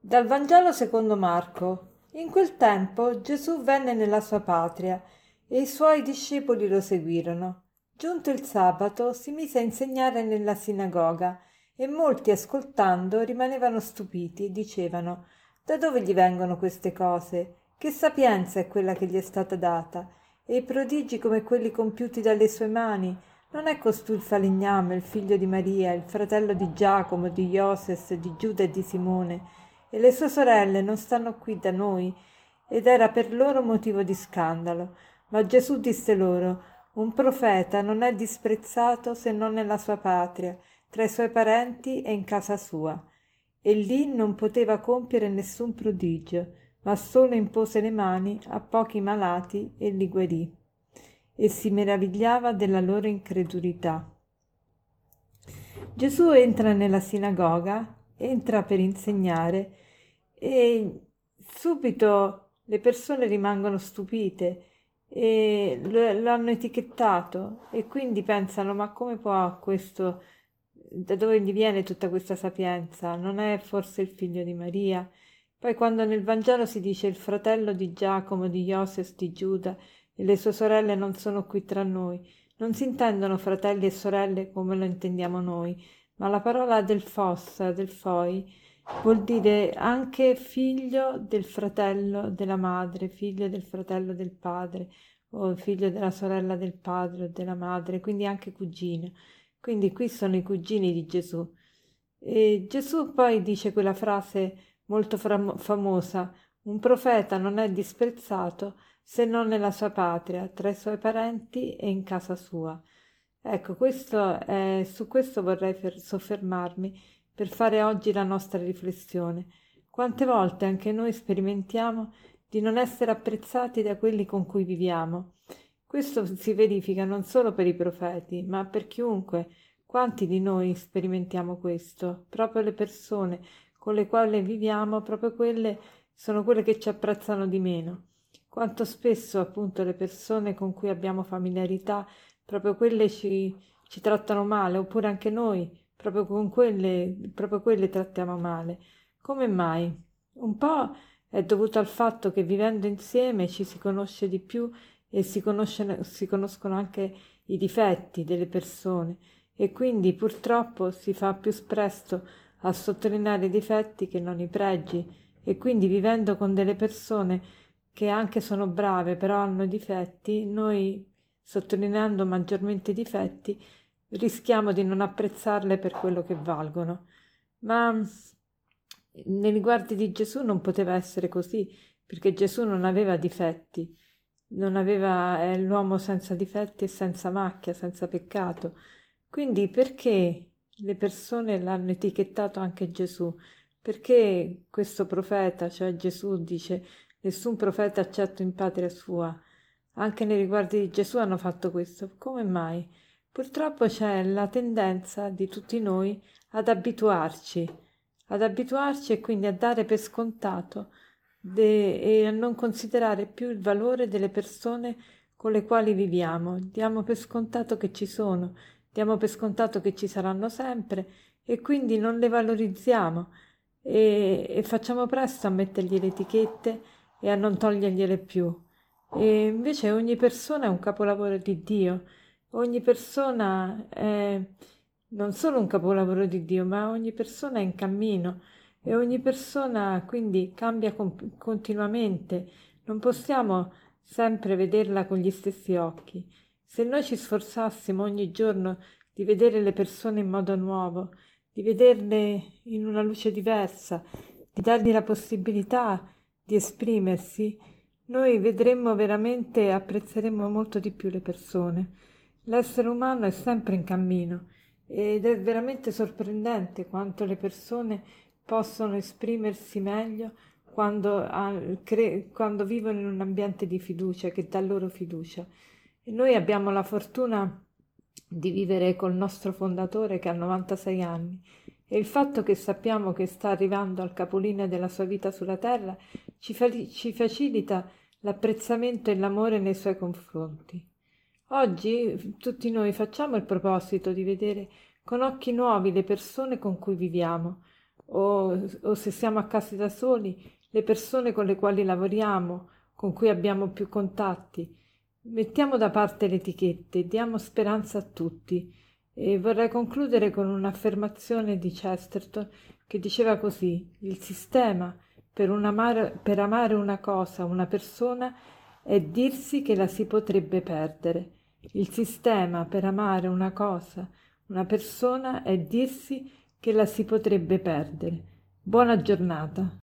Dal Vangelo secondo Marco. In quel tempo Gesù venne nella sua patria e i suoi discepoli lo seguirono. Giunto il sabato si mise a insegnare nella sinagoga e molti ascoltando rimanevano stupiti e dicevano: da dove gli vengono queste cose? Che sapienza è quella che gli è stata data? E i prodigi come quelli compiuti dalle sue mani? Non è costui il falegname, il figlio di Maria, il fratello di Giacomo, di Ioses, di Giuda e di Simone? E le sue sorelle non stanno qui da noi? Ed era per loro motivo di scandalo. Ma Gesù disse loro: un profeta non è disprezzato se non nella sua patria, tra i suoi parenti e in casa sua. E lì non poteva compiere nessun prodigio, ma solo impose le mani a pochi malati e li guarì. E si meravigliava della loro incredulità. Gesù entra nella sinagoga, entra per insegnare e subito le persone rimangono stupite e l'hanno etichettato e quindi pensano: ma come può questo, da dove gli viene tutta questa sapienza? Non è forse il figlio di Maria? Poi quando nel Vangelo si dice il fratello di Giacomo, di Ioses, di Giuda e le sue sorelle non sono qui tra noi, non si intendono fratelli e sorelle come lo intendiamo noi, ma la parola del fos, del foi, vuol dire anche figlio del fratello della madre, figlio del fratello del padre, o figlio della sorella del padre o della madre, quindi anche cugino. Quindi qui sono i cugini di Gesù. E Gesù poi dice quella frase molto famosa: un profeta non è disprezzato se non nella sua patria, tra i suoi parenti e in casa sua. Ecco, su questo vorrei soffermarmi per fare oggi la nostra riflessione. Quante volte anche noi sperimentiamo di non essere apprezzati da quelli con cui viviamo. Questo si verifica non solo per i profeti, ma per chiunque. Quanti di noi sperimentiamo questo? Proprio le persone con le quali viviamo, proprio quelle sono quelle che ci apprezzano di meno. Quanto spesso appunto le persone con cui abbiamo familiarità, proprio quelle ci trattano male, oppure anche noi, proprio quelle trattiamo male. Come mai? Un po' è dovuto al fatto che vivendo insieme ci si conosce di più e si conoscono anche i difetti delle persone e quindi purtroppo si fa più presto a sottolineare i difetti che non i pregi e quindi vivendo con delle persone che anche sono brave però hanno difetti, noi sottolineando maggiormente i difetti rischiamo di non apprezzarle per quello che valgono. Ma nei riguardi di Gesù non poteva essere così, perché Gesù non aveva difetti, non aveva, è l'uomo senza difetti e senza macchia, senza peccato. Quindi perché le persone l'hanno etichettato anche Gesù? Perché questo profeta, cioè Gesù, dice: nessun profeta accetto in patria sua? Anche nei riguardi di Gesù hanno fatto questo. Come mai? Purtroppo c'è la tendenza di tutti noi ad abituarci e quindi a dare per scontato e a non considerare più il valore delle persone con le quali viviamo. Diamo per scontato che ci sono, diamo per scontato che ci saranno sempre e quindi non le valorizziamo e facciamo presto a mettergli le etichette e a non togliergliele più. E invece ogni persona è un capolavoro di Dio, ogni persona è non solo un capolavoro di Dio, ma ogni persona è in cammino e ogni persona quindi cambia continuamente. Non possiamo sempre vederla con gli stessi occhi. Se noi ci sforzassimo ogni giorno di vedere le persone in modo nuovo, di vederle in una luce diversa, di dargli la possibilità di esprimersi, noi vedremmo veramente e apprezzeremmo molto di più le persone. L'essere umano è sempre in cammino ed è veramente sorprendente quanto le persone possono esprimersi meglio quando vivono in un ambiente di fiducia, che dà loro fiducia. E noi abbiamo la fortuna di vivere col nostro fondatore che ha 96 anni e il fatto che sappiamo che sta arrivando al capolinea della sua vita sulla terra ci facilita l'apprezzamento e l'amore nei suoi confronti. Oggi tutti noi facciamo il proposito di vedere con occhi nuovi le persone con cui viviamo, o se siamo a casa da soli, le persone con le quali lavoriamo, con cui abbiamo più contatti. Mettiamo da parte le etichette, diamo speranza a tutti. E vorrei concludere con un'affermazione di Chesterton che diceva così: il sistema per amare una cosa, una persona, è dirsi che la si potrebbe perdere. Il sistema per amare una cosa, una persona, è dirsi che la si potrebbe perdere. Buona giornata.